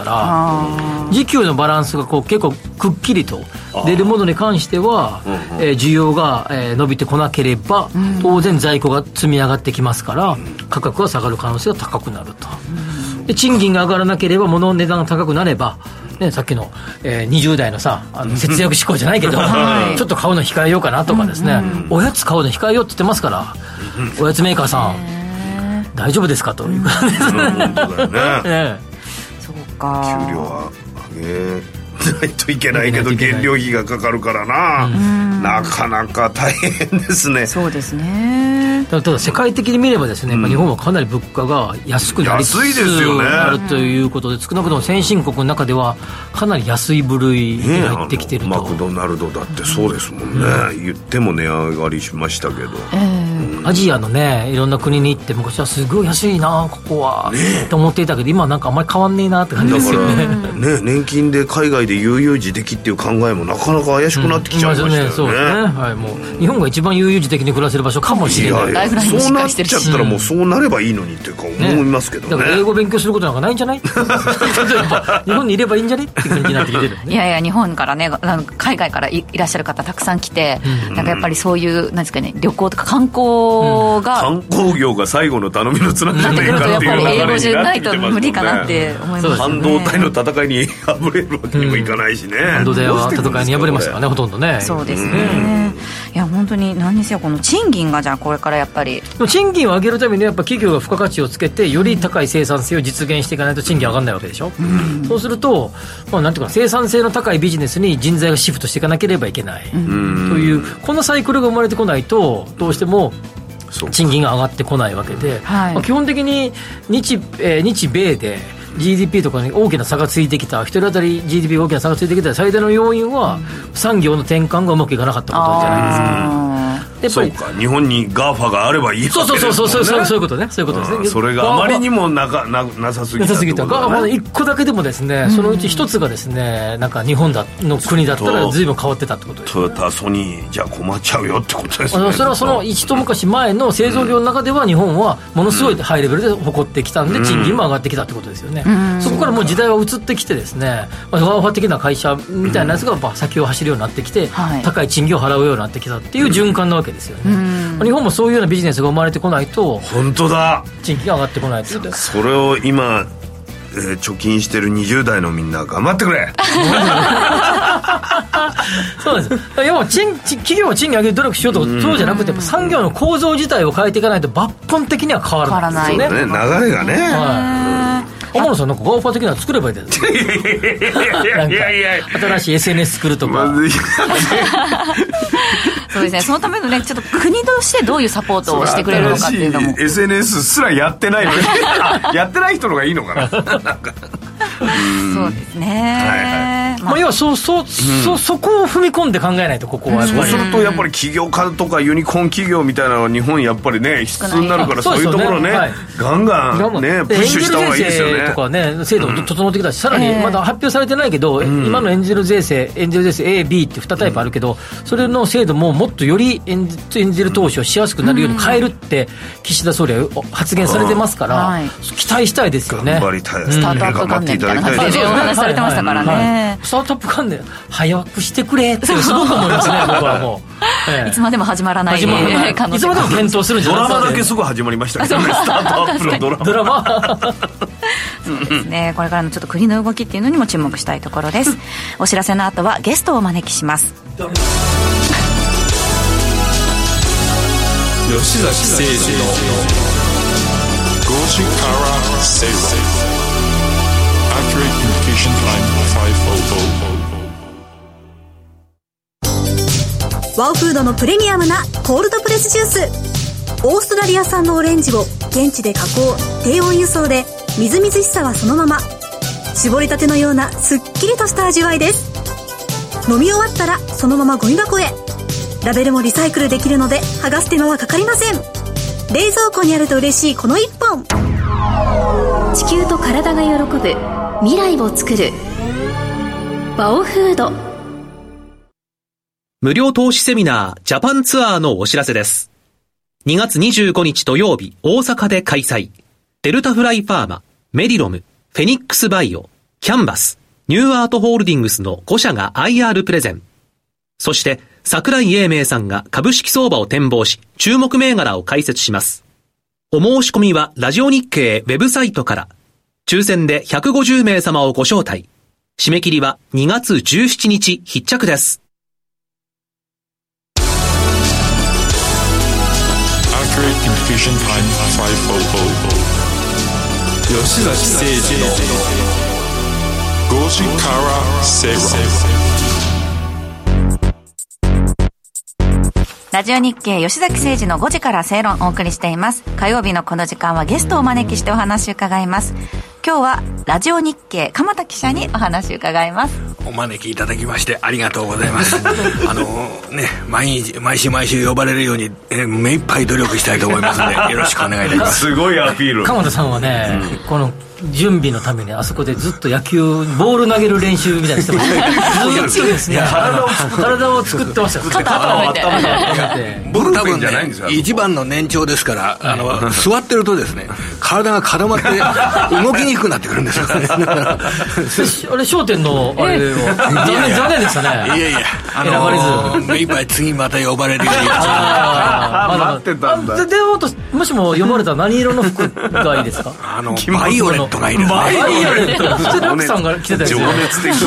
需給のバランスがこう結構くっきりと出るものに関しては、えー、需要が、えー、伸びてこなければ当然在庫が積み上がってきますから価格が下がる可能性が高くなると。で賃金が上がらなければ物の値段が高くなれば、ね、さっきの、えー、にじゅう代のさあの節約志向じゃないけど、はい、ちょっと買うの控えようかなとかですね、うんうん、おやつ買うの控えようって言ってますから、うん、おやつメーカーさん大丈夫ですかということですね、うん、本当だよね、 ええ、そうか給料は上げないといけないけど原料費がかかるからな、うん、なかなか大変ですね。 そうですね。 ただ世界的に見ればですね、うん、日本はかなり物価が安くなりつつあるということで、少なくとも先進国の中ではかなり安い部類に入ってきていると、 ね、マクドナルドだってそうですもんね、うん、言っても値上がりしましたけど、えーうん、アジアのねいろんな国に行って昔はすごい安いなここは、ね、と思っていたけど今はなんかあんまり変わんねえなって感じですよね。 だからね年金で海外で悠々自適っていう考えもなかなか怪しくなってきちゃいましたよね、うん、そうですね、 はい、もう日本が一番悠々自適に暮らせる場所かもしれない。いやいやそうなっちゃったらもうそうなればいいのにっていうか思いますけど ね, ねだから英語勉強することなんかないんじゃない例えば日本にいればいいんじゃねって感じになってきてる、ね、 いやいや日本からね海外から い, いらっしゃる方たくさん来て、うん、なんかやっぱりそういうなんですかね旅行とか観光が、 うん、観光業が最後の頼みの綱じゃないかっていう流れになってきてますもんね。やっぱり英語じゃないと無理かなって思いますよね。 半導体の戦いに敗れるわけにもいかないしね、うん、 半導体は戦いに敗れますからねほとんどね。 そうですね、うん、いや本当に何にせよこの賃金がじゃあこれからやっぱり賃金を上げるためにやっぱ企業が付加価値をつけてより高い生産性を実現していかないと賃金上がらないわけでしょ、うん、そうすると、まあ、なんていうか生産性の高いビジネスに人材がシフトしていかなければいけない、うん、というこのサイクルが生まれてこないとどうしても賃金が上がってこないわけで、はいまあ、基本的に 日,、えー、日米でジーディーピー とかに大きな差がついてきた一人当たり ジーディーピー が大きな差がついてきた最大の要因は、うん、産業の転換がうまくいかなかったことじゃないですか。 やっぱりそうか日本に ガーファ があればいいわけですもんね。 そうそうそうそうそういうことねそういうことですね。 それがあまりにもなか な, なさすぎたってことだ、ね、 ガーファのいっこだけでもですね、うん、そのうちひとつがですねなんか日本だの国だったら随分変わってたってことです、ね、 トヨタソニーじゃ困っちゃうよってことですね。 それはその一昔前の製造業の中では日本はものすごいハイレベルで誇ってきたんで、うん、賃金も上がってきたってことですよね、うん、そこからもう時代は移ってきてですね、まあ、ガーファ的な会社みたいなやつがやっぱ先を走るようになってきて、うん、高い賃金を払うようになってきたっていう循環なわけですよね、うん日本もそういうようなビジネスが生まれてこないと本当だ賃金が上がってこないということです。 それを今、えー、貯金してるにじゅう代のみんな頑張ってくれそうです。要は賃企業は賃金上げる努力しようとかそうじゃなくて、産業の構造自体を変えていかないと抜本的には変わらないですよね。 変わらない、ね、流れがね、 はい、天野さんなんかガオパー的なの作ればいいですよ。なんか新しい エスエヌエス 作るとか、まずいそうですね、そのためのね、ちょっと国としてどういうサポートをしてくれるのかっていうのもエスエヌエス すらやってないのにやってない人の方がいいのかな。なんかそうですね、はいはい、まあ、要はそ, そ, そ, そこを踏み込んで考えないと、ここはやっぱりそうするとやっぱり起業家とかユニコーン企業みたいなのは日本やっぱりね必須になるから、そういうところね、はい、ガンガンねプッシュした方がいいですよね。 エンジェル税制とかね制度も整ってきたし、うん、さらにまだ発表されてないけど、えー、今のエンジェル税制エンジェル税制 A、B ってにタイプあるけど、それの制度ももっとよりエンジェル投資をしやすくなるように変えるって岸田総理は発言されてますから、はい、期待したいですよね。 頑張りたい、 スタートアップ関連みたいな感じでお話されてましたからね、はいはいはい、 スタートアップ関連早くしてくれってすごく思いますね。僕はもう、 ええ、いつまでも始まらない始まらない可能性、いつまでも検討するんじゃないですか。 ドラマだけすぐ始まりましたけどねスタートアップのドラマドラマそうですね、これからのちょっと国の動きっていうのにも注目したいところです。お知らせの後はゲストをお招きします。 吉崎誠二のごじから正論 Accurate Communication Time ワオフードのプレミアムなコールドプレスジュース。オーストラリア産のオレンジを現地で加工低温輸送でみずみずしさはそのまま、絞りたてのようなすっきりとした味わいです。飲み終わったらそのままゴミ箱へ。ラベルもリサイクルできるので剥がす手間はかかりません。冷蔵庫にあると嬉しいこの一本。 地球と体が喜ぶ未来を作るワオフード。 無料投資セミナージャパンツアーのお知らせです。にがつにじゅうごにち土曜日、大阪で開催。デルタフライファーマ、メディロム、フェニックスバイオ、キャンバス、ニューアートホールディングスのご社が アイアール プレゼン。そして桜井英明さんが株式相場を展望し、注目銘柄を解説します。お申し込みはラジオ日経ウェブサイトから。抽選でひゃくごじゅうめい様をご招待。締め切りはにがつじゅうしちにち必着です。 Accurate Communication Time 吉崎誠二のごじから正論。 ラジオ日経吉崎誠二のごじから正論をお送りしています。火曜日のこの時間はゲストをお招きしてお話を伺います。今日はラジオ日経鎌田記者にお話を伺います。 お招きいただきましてありがとうございますあのね、毎日毎週毎週呼ばれるように、えー、目いっぱい努力したいと思いますのでよろしくお願いいたします。 すごいアピール。 鎌田さんはね、うん、この準備のためにあそこでずっと野球ボール投げる練習みたいなしてましたずっとですね、体を作ってましたよ。 肩を温めて僕多分ね一番の年長ですから、あの座ってるとですね体が固まって動きにくくなってくるんですよねあれ焦点のあれを残念残念でしたね。 いやいや、あの選ばれず目いっぱい次また呼ばれるように待ってたんだ。 でもしも呼ばれたら何色の服がいいですか？ あのバイオレットがいいですね。 バイオレット普通ラクさんが着てたやつ。 情熱的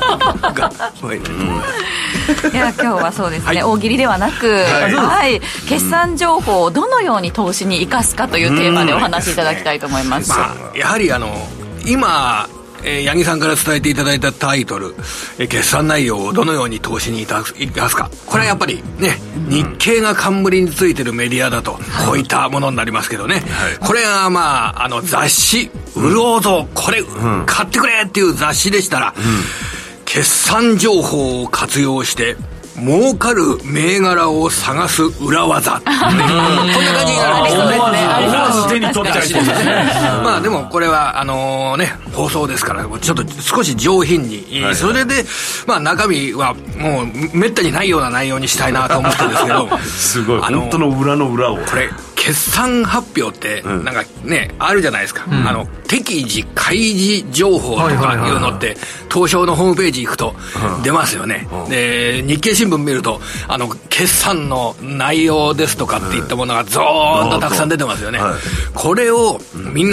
いや今日はそうですね、はい、大喜利ではなく、はいはい、決算情報をどのように投資に生かすかというテーマでお話しいただきたいと思います。 まあ、やはりあの今えー、八木さんから伝えていただいたタイトル、えー、決算内容をどのように投資に生かすか、これはやっぱりね、うん、日経が冠についてるメディアだとこういったものになりますけどね、はい、これがまああの雑誌売ろうぞこれ、うん、買ってくれっていう雑誌でしたら、うん、決算情報を活用して儲かる銘柄を探す裏技、ね、こんな感じになるんですよね。 思わず手に取っちゃいそうですね。 まあでもこれはあのね放送ですからちょっと少し上品に、はいはい、それでまあ中身はもうめったにないような内容にしたいなと思ってるんですけどすごい本当の裏の裏をこれ決算発表ってなんかね、うん、あるじゃないですか、うん、あの適時開示情報とかいうのって東証のホームページ行くと出ますよね、うん、で日経新聞見るとあの決算の内容ですとかっていったものがゾーンとたくさん出てますよね、うんはい、これをみんな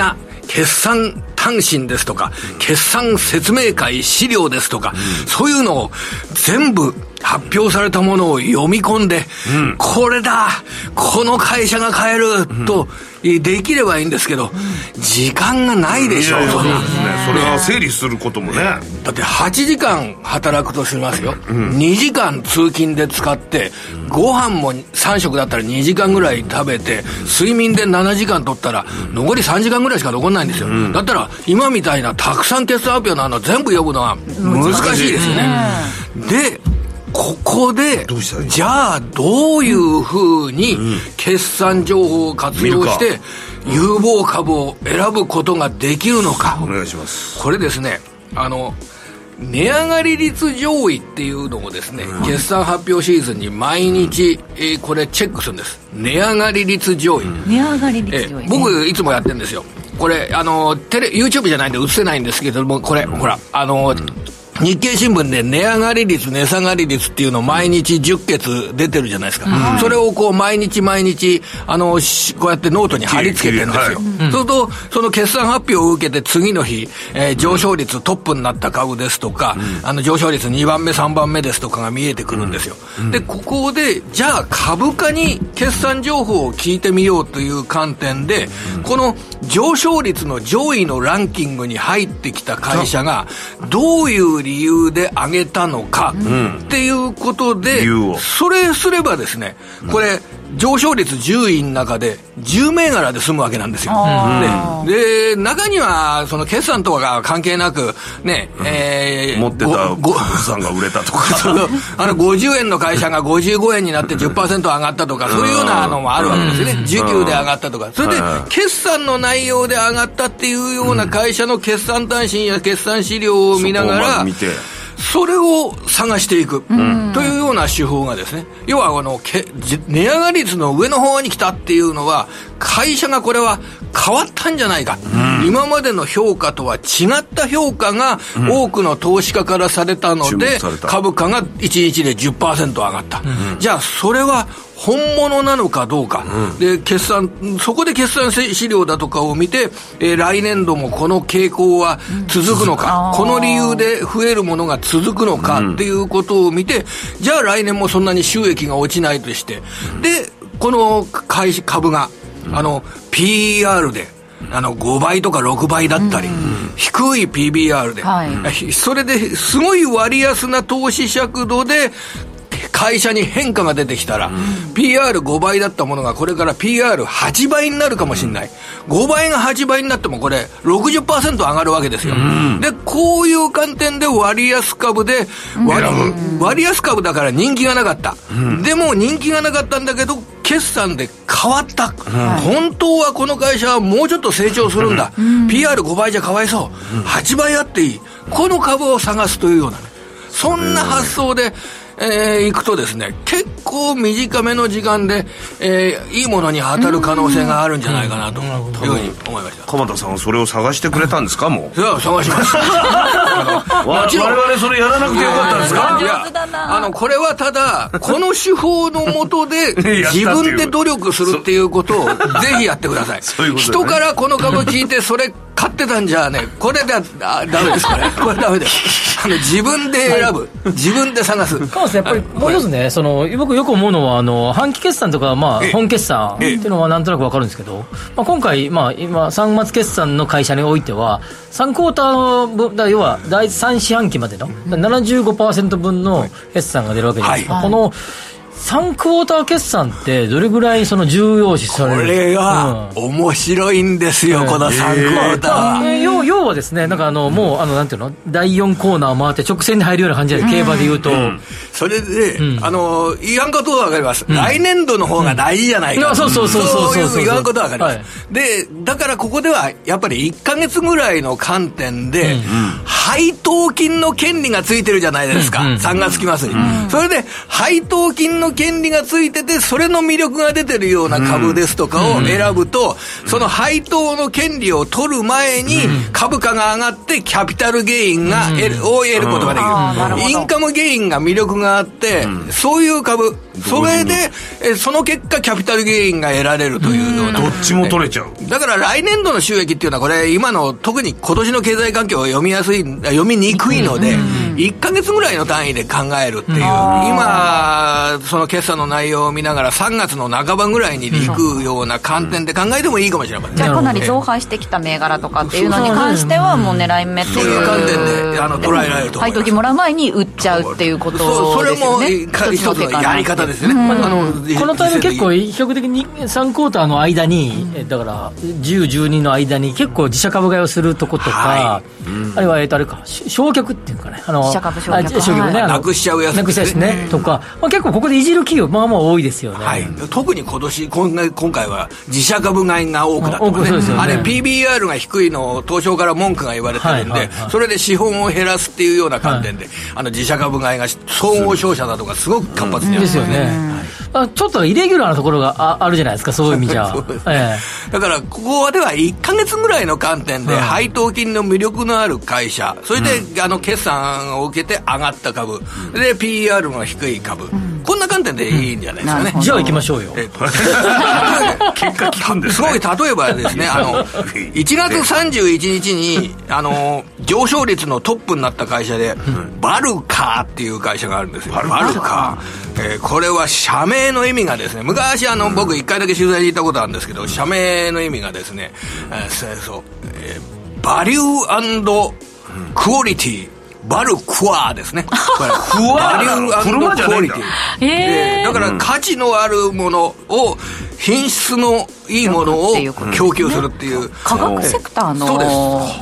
決算単身ですとか、うん、決算説明会資料ですとか、うん、そういうのを全部発表されたものを読み込んで、うん、これだこの会社が買える、うん、とできればいいんですけど、うん、時間がないでしょう、うん、 そうですね。それは整理することもね、 だってはちじかん働くとしますよ、うん、にじかん通勤で使って、うん、ご飯もさん食だったらにじかんぐらい食べて、睡眠でななじかん取ったら残りさんじかんぐらいしか残んないんですよ、うん、だったら今みたいなたくさん決算発表のあの全部読むのは難しいですよね、うん、でここでじゃあどういうふうに決算情報を活用して有望株を選ぶことができるのか。 お願いします。 これですね、あの値上がり率上位っていうのをですね、うん、決算発表シーズンに毎日、うんえー、これチェックするんです。値上がり率上位、うん、 値上がり率上位、ね、 えー、僕いつもやってるんですよ。これあのテレ YouTube じゃないんで映せないんですけども、これ、うん、ほらあの、うん日経新聞で値上がり率値下がり率っていうのを毎日じゅっけつ出てるじゃないですか、うん、それをこう毎日毎日あのこうやってノートに貼り付けてるんですよ、はい、そうするとその決算発表を受けて次の日、えー、上昇率トップになった株ですとか、うん、あの上昇率にばんめさんばんめですとかが見えてくるんですよ、うん、でここでじゃあ株価に決算情報を聞いてみようという観点で、うん、この上昇率の上位のランキングに入ってきた会社がどういう理由で上げたのか、うん、っていうことでそれすればですね、これ上昇率じゅういの中でじゅう銘柄で済むわけなんですよ、うん、で, で中にはその決算とかが関係なくね、 うんえー、持ってた不動産が売れたとかあのごじゅうえんの会社がごじゅうごえんになって じゅっパーセント 上がったとか、そういうようなのもあるわけですよね。時給で上がったとか、それで決算の内容で上がったっていうような会社の決算単身や決算資料を見ながら、それを探していく、うん、というような手法がですね、要はあのけ値上がり率の上の方に来たっていうのは会社がこれは変わったんじゃないか、うん、今までの評価とは違った評価が多くの投資家からされたので、うん、株価がいちにちで じゅっパーセント 上がった、うん、じゃあそれは本物なのかどうか、うん、で決算そこで決算資料だとかを見て、えー、来年度もこの傾向は続くのか、うん、この理由で増えるものが続くのかっていうことを見て、じゃあ来年もそんなに収益が落ちないとして、うん、でこの会社株が、うん、あの ピーイーアール であのごばいとかろくばいだったり、うん、低い ピービーアール で、はい、それですごい割安な投資尺度で会社に変化が出てきたら、うん、ピーアールごばいだったものがこれから ピーアールはちばいになるかもしれない、うん、ごばいがはちばいになってもこれ ろくじゅっパーセント 上がるわけですよ、うん、でこういう観点で割安株で 割,、うん、割安株だから人気がなかった、うん、でも人気がなかったんだけど決算で変わった、うん、本当はこの会社はもうちょっと成長するんだ、うん、ピーアールごばいじゃかわいそう、うん、はちばいあっていい、この株を探すというような、そんな発想でえー、行くとですね、結構短めの時間で、えー、いいものに当たる可能性があるんじゃないかなというふうに思いました。 鎌田さんはそれを探してくれたんですか？もういや探しました我々それやらなくてよかったんですか？ いやあのこれはただこの手法の下で自分で努力するっていうことをぜひやってください。そういうことね、人からこの株聞いてそれ買ってたんじゃね、これではダメですかね。これダメだよ。あの自分で選ぶ、はい、自分で探す。 かもやっぱりもう一つね、その僕よく思うのはあの半期決算とか、まあ、本決算っていうのはなんとなく分かるんですけど、まあ、今回、まあ、今さんがつ決算の会社においてはさんクォーターの要はだいさん四半期までの ななじゅうごパーセント 分の決算が出るわけじゃないですか、はい、このさんクォーター決算ってどれぐらいその重要視される？ これが面白いんですよ、うん、このさんクォーターは、 えー、要, 要はですね、なんかあのもうあのなんていうの、だいよんコーナー回って直線に入るような感じで、競馬でいうと、うんうん、 それで、うん、あの言わんことは分かります、うん、来年度の方が大事じゃないか、うん、 そうそうそうそうそうそう言わんことは分かります、はい、でだからここではやっぱりいっかげつぐらいの観点で、うん、配当金の権利がついてるじゃないですか、うん、さんがつきますに、うん、それで配当金の権利がついててそれの魅力が出てるような株ですとかを選ぶと、うん、その配当の権利を取る前に株価が上がってキャピタルゲインが得る、うん、を得ることができる、うん、インカムゲインが魅力ががあって、うん、そういう株、それでえその結果キャピタルゲインが得られるというような、 どっちも取れちゃう。 だから来年度の収益っていうのはこれ今の特に今年の経済環境を読みやすい読みにくいので、いっかげつぐらいの単位で考えるっていう、今その決算の内容を見ながらさんがつの半ばぐらいに行くような観点で考えてもいいかもしれません。 じゃあかなり増配してきた銘柄とかっていうのに関してはもう狙い目っていう、 そういう観点であの捉えられると思います。 配当金もらう前に売っちゃうっていうことですよね。 それも一つのやり方ですよね。あのこのタイミング結構比較的にさんクォーターの間に、うん、だからじゅう、じゅうにの間に結構自社株買いをするとことか、はいうん、あるいはえっとあれか焼却っていうかね、あの自社株焼却ね、なくしちゃうやつなくしちゃうやつね、うん、とか、まあ、結構ここでいじる企業まあまあ多いですよね、 はい、特に今年今回は自社株買いが多くなってますね。あれ ピービーアール が低いのを東証から文句が言われてるんで、はいはいはい、それで資本を減らすっていうような観点で、はい、あの自社株買いが総合商社だとかすごく活発にやってますね、うん、ですよね、 はい、ちょっとイレギュラーなところが あ, あるじゃないですか、そういう意味じゃええ、だからここではいっかげつぐらいの観点で配当金の魅力のある会社、それで、うん、あの決算を受けて上がった株、うん、で ピーイーアール の低い株、うん、こんな観点でいいんじゃないですかね、 うん、じゃあ行きましょうよ、え結果聞くんですね。すごい例えばですね、あのいちがつさんじゅういちにちにあの上昇率のトップになった会社で、うん、バルカーっていう会社があるんですよ。バルカー、バルカー、えー、これは社名の意味がですね、昔あの、うん、僕いっかいだけ取材に行ったことあるんですけど、社名の意味がですね、えー、そう、えー、バリュー&クオリティ、バルクワーですね。これバリュー&クオリティ、えー、だから価値のあるものを品質のいいものを供給するっていう、 化学セクターの、 そうです。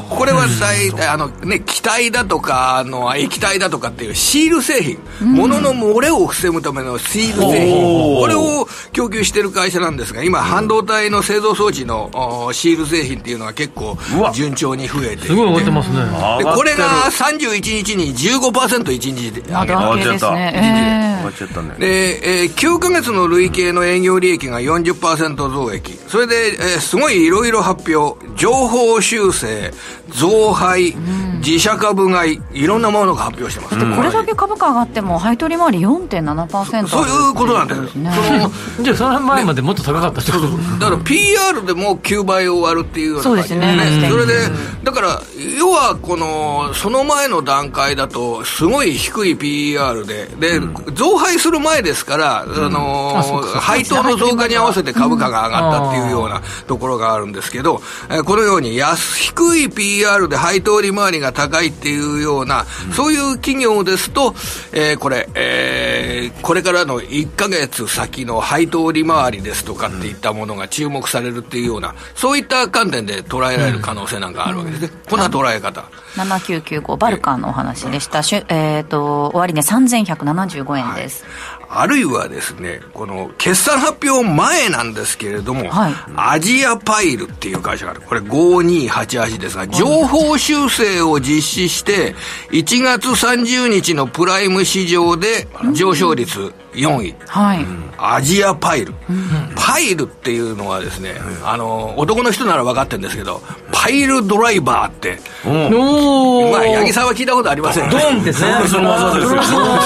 これは大体あのね、気体だとかあの液体だとかっていうシール製品、物の漏れを防ぐためのシール製品、これを供給している会社なんですが、今半導体の製造装置のシール製品っていうのは結構順調に増えていて、 すごい上がってますね。 でこれがさんじゅういちにちに じゅうごパーセントいちにちで上げた。ですね。えー、で、えー、きゅうかげつの累計の営業利益が よんじゅっパーセント 増益、それで、えー、すごいいろいろ発表、情報修正、増配、うん、自社株買い、いろんなものが発表してます。 でこれだけ株価上がっても配当利回り よんてんななパーセント、 そういうことなんですね。 そのじゃあその前までもっと高かったってこと、ね、 だから ピーイーアール でもきゅうばいを割るっていうような感じですね。 そうですね。それでだから要はこのその前の段階だとすごい低い ピーイーアール でで、うん、増配する前ですから、うん、あのー、配当の増加に合わせて株価が上がったっていうようなところがあるんですけど、えー、このように安低い ピーイーアール で配当利回りが高いっていうような、うん、そういう企業ですと、えー、これ、えー、これからのいっかげつ先の配当利回りですとかっていったものが注目されるっていうような、そういった観点で捉えられる可能性なんかあるわけですね、うん、こんな捉え方。 ななきゅうきゅうごバルカーのお話でした。えー、と終値さんぜんひゃくななじゅうごえんです、 はい、あるいはですね、この決算発表前なんですけれども、はい、アジアパイルっていう会社がある。これごにはちはちですが、情報修正を実施していちがつさんじゅうにちのプライム市場で上昇率よんい、はい、アジアパイル、うん、パイルっていうのはですね、うん、あの男の人なら分かってるんですけど、パイルドライバーって、おまあ八木さんは聞いたことありません。 ドンですね。 その技ですよ。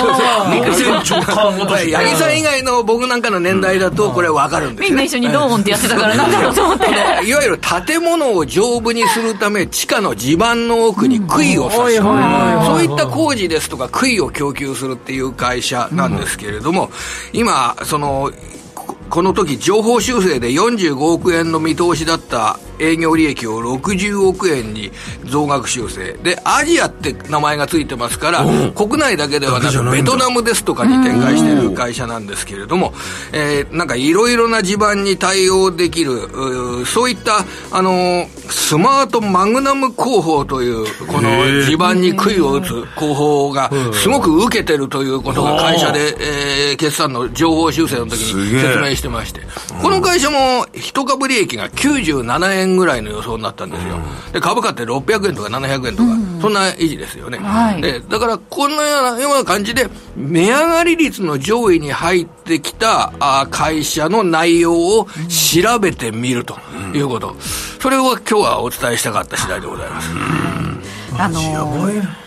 八木さん以外の僕なんかの年代だとこれ分かるんですよ、 みんな一緒にドーンってやってたからなんだろうと思っていわゆる建物を丈夫にするため地下の地盤の奥に杭を刺す、そういった工事ですとか杭を供給するっていう会社なんですけれども、今そのこの時情報修正でよんじゅうごおくえんの見通しだった営業利益をろくじゅうおくえんに増額修正で、アジアって名前がついてますから、国内だけではなくベトナムですとかに展開している会社なんですけれども、えー、なんかいろいろな地盤に対応できる、そういったあのー、スマートマグナム工法というこの地盤に杭を打つ工法がすごく受けてるということが会社で、えー、決算の情報修正の時に説明してまして、この会社も一株利益がきゅうじゅうななえんぐらいの予想になったんですよ。で株価ってろっぴゃくえんとかななひゃくえんとか、うん、そんな維持ですよね、はい、でだからこのような、ような感じで値上がり率の上位に入ってきたあ会社の内容を調べてみるということ、うん、それを今日はお伝えしたかった次第でございます。 うん、あのー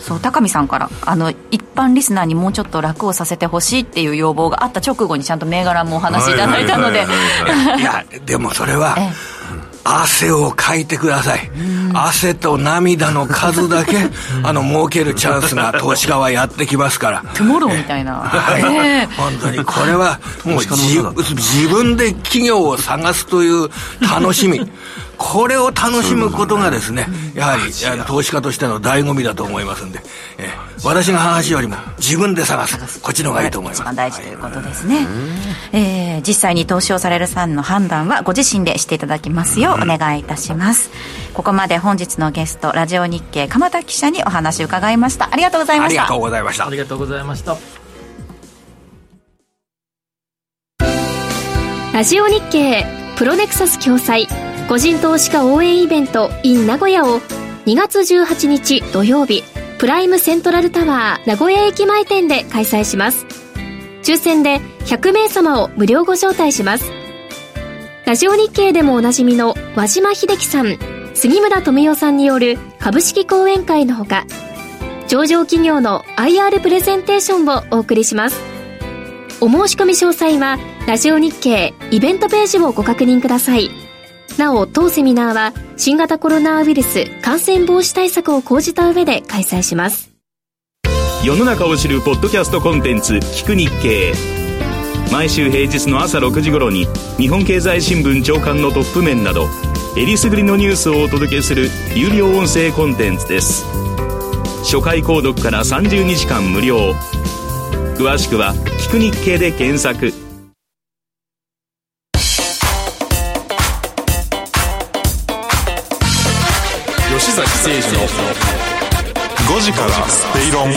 そう高見さんからあの一般リスナーにもうちょっと楽をさせてほしいっていう要望があった直後にちゃんと銘柄もお話しいただいたので、 いやでもそれは、ええ、汗をかいてください。汗と涙の数だけあの儲けるチャンスが投資家はやってきますからトゥモローみたいな、 はい、えー、本当にこれはもう自分で企業を探すという楽しみこれを楽しむことがですね、やはり投資家としての醍醐味だと思いますんで、えー、私が話よりも自分で探す、こっちの方がいいと思います。 一番大事ということですね、はい、えー、実際に投資をされるさんの判断はご自身でしていただきますようお願いいたします。ここまで本日のゲストラジオ日経鎌田記者にお話を伺いました。ありがとうございました。 ありがとうございました。 ありがとうございました。 ラジオ日経プロネクサス共催個人投資家応援イベント in 名古屋をにがつじゅうはちにち土曜日プライムセントラルタワー名古屋駅前店で開催します。抽選でひゃくめいさまを無料ご招待します。ラジオ日経でもおなじみの和島秀樹さん、杉村富代さんによる株式講演会のほか、上場企業の アイアール プレゼンテーションをお送りします。お申し込み詳細はラジオ日経イベントページをご確認ください。なお当セミナーは新型コロナウイルス感染防止対策を講じた上で開催します。 世の中を知るポッドキャストコンテンツ聞く日経、毎週平日の朝ろくじ頃に日本経済新聞朝刊のトップ面などえりすぐりのニュースをお届けする有料音声コンテンツです。初回購読からさんじゅうにじかん無料。詳しくは聞く日経で検索。 吉崎誠二のごじからスペイロン。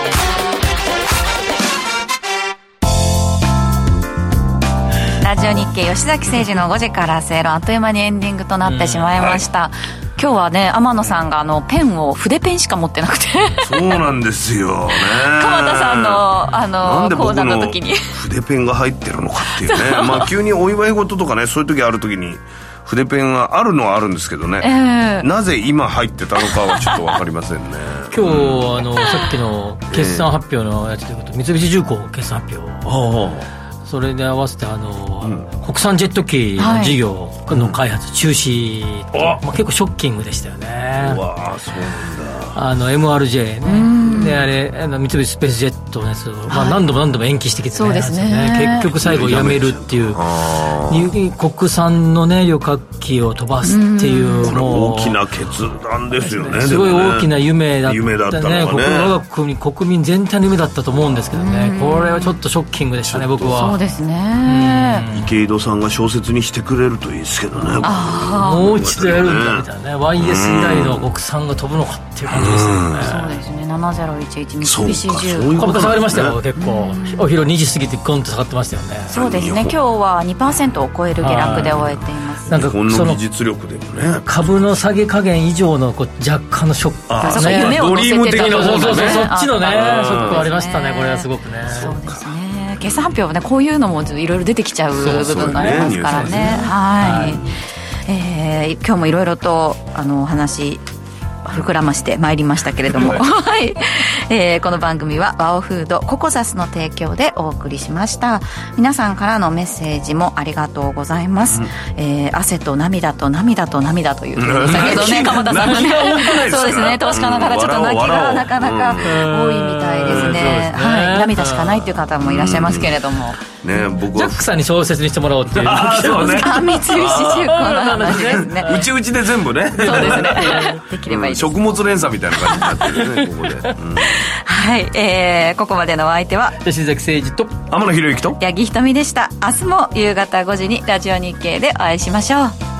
ラジオ日経吉崎誠二のごじから正論、あっという間にエンディングとなってしまいました、はい、今日はね天野さんがあのペンを筆ペンしか持ってなくてそうなんですよね鎌田さんのあの講座の時に筆ペンが入ってるのかっていうねまあ急にお祝い事とかねそういう時ある時に筆ペンがあるのはあるんですけどね、えー、なぜ今入ってたのかはちょっと分かりませんね今日、うん、あのさっきの決算発表のやつということ、えー、三菱重工決算発表、あそれで合わせてあの、うん、国産ジェット機の事業の開発中止、はいまあ、結構ショッキングでしたよね。 うわそうなんだ。 あの エムアールジェー ねであれあの三菱スペースジェットのやつを、はいまあ、何度も何度も延期してきて、ね、 そうですね結局最後やめるっていう国産の、ね、旅客機を飛ばすっていうもう大きな決断ですよね。 すごい大きな夢だったね。 夢だったのがね我が国国民全体の夢だったと思うんですけどね、これはちょっとショッキングでしたね僕は。 そうですね。 池井戸さんが小説にしてくれるといいですけどね。 あもう一度やるんだみたいなね。 ワイエス 以来の国産が飛ぶのかっていう感じですよね。 そうですね。ななぜろいちいち三菱重工株価下がりましたよ結構。お昼にじ過ぎてゴンと下がってましたよね。 そうですね。今日は にパーセント を超える下落で終えています。 なんかその日本の技術力でもね株の下げ加減以上のこう若干のショック、 あそうそう夢を乗せてたドリーム的なそうそうそうそっちのねショックありましたね。これはすごくね。 そうですね。決算発表はねこういうのもいろいろ出てきちゃう部分がありますからね。そうそうねはい、はいえー、今日もいろいろとあのお話膨らましてまいりましたけれども、はいえー、この番組はワオフードココザスの提供でお送りしました。皆さんからのメッセージもありがとうございます、うんえー、汗と涙と涙と涙というふうに先ほどね鎌田さんのねそうですね投資家の方ちょっと泣きがなかなか多いみたいですね、うん、はい、涙しかないっていう方もいらっしゃいますけれども、 うんね、僕ジャックさんに小説にしてもらおうっていうあそうねあ三菱重工の話ですねうちうちで全部ねそうですねできればいいです、 うん、食物連鎖みたいな感じになってるねここで、うん、 はい、えー、ここまでのお相手は吉崎誠二と天野博之と八木ひとみでした。明日も夕方ごじにラジオ日経でお会いしましょう。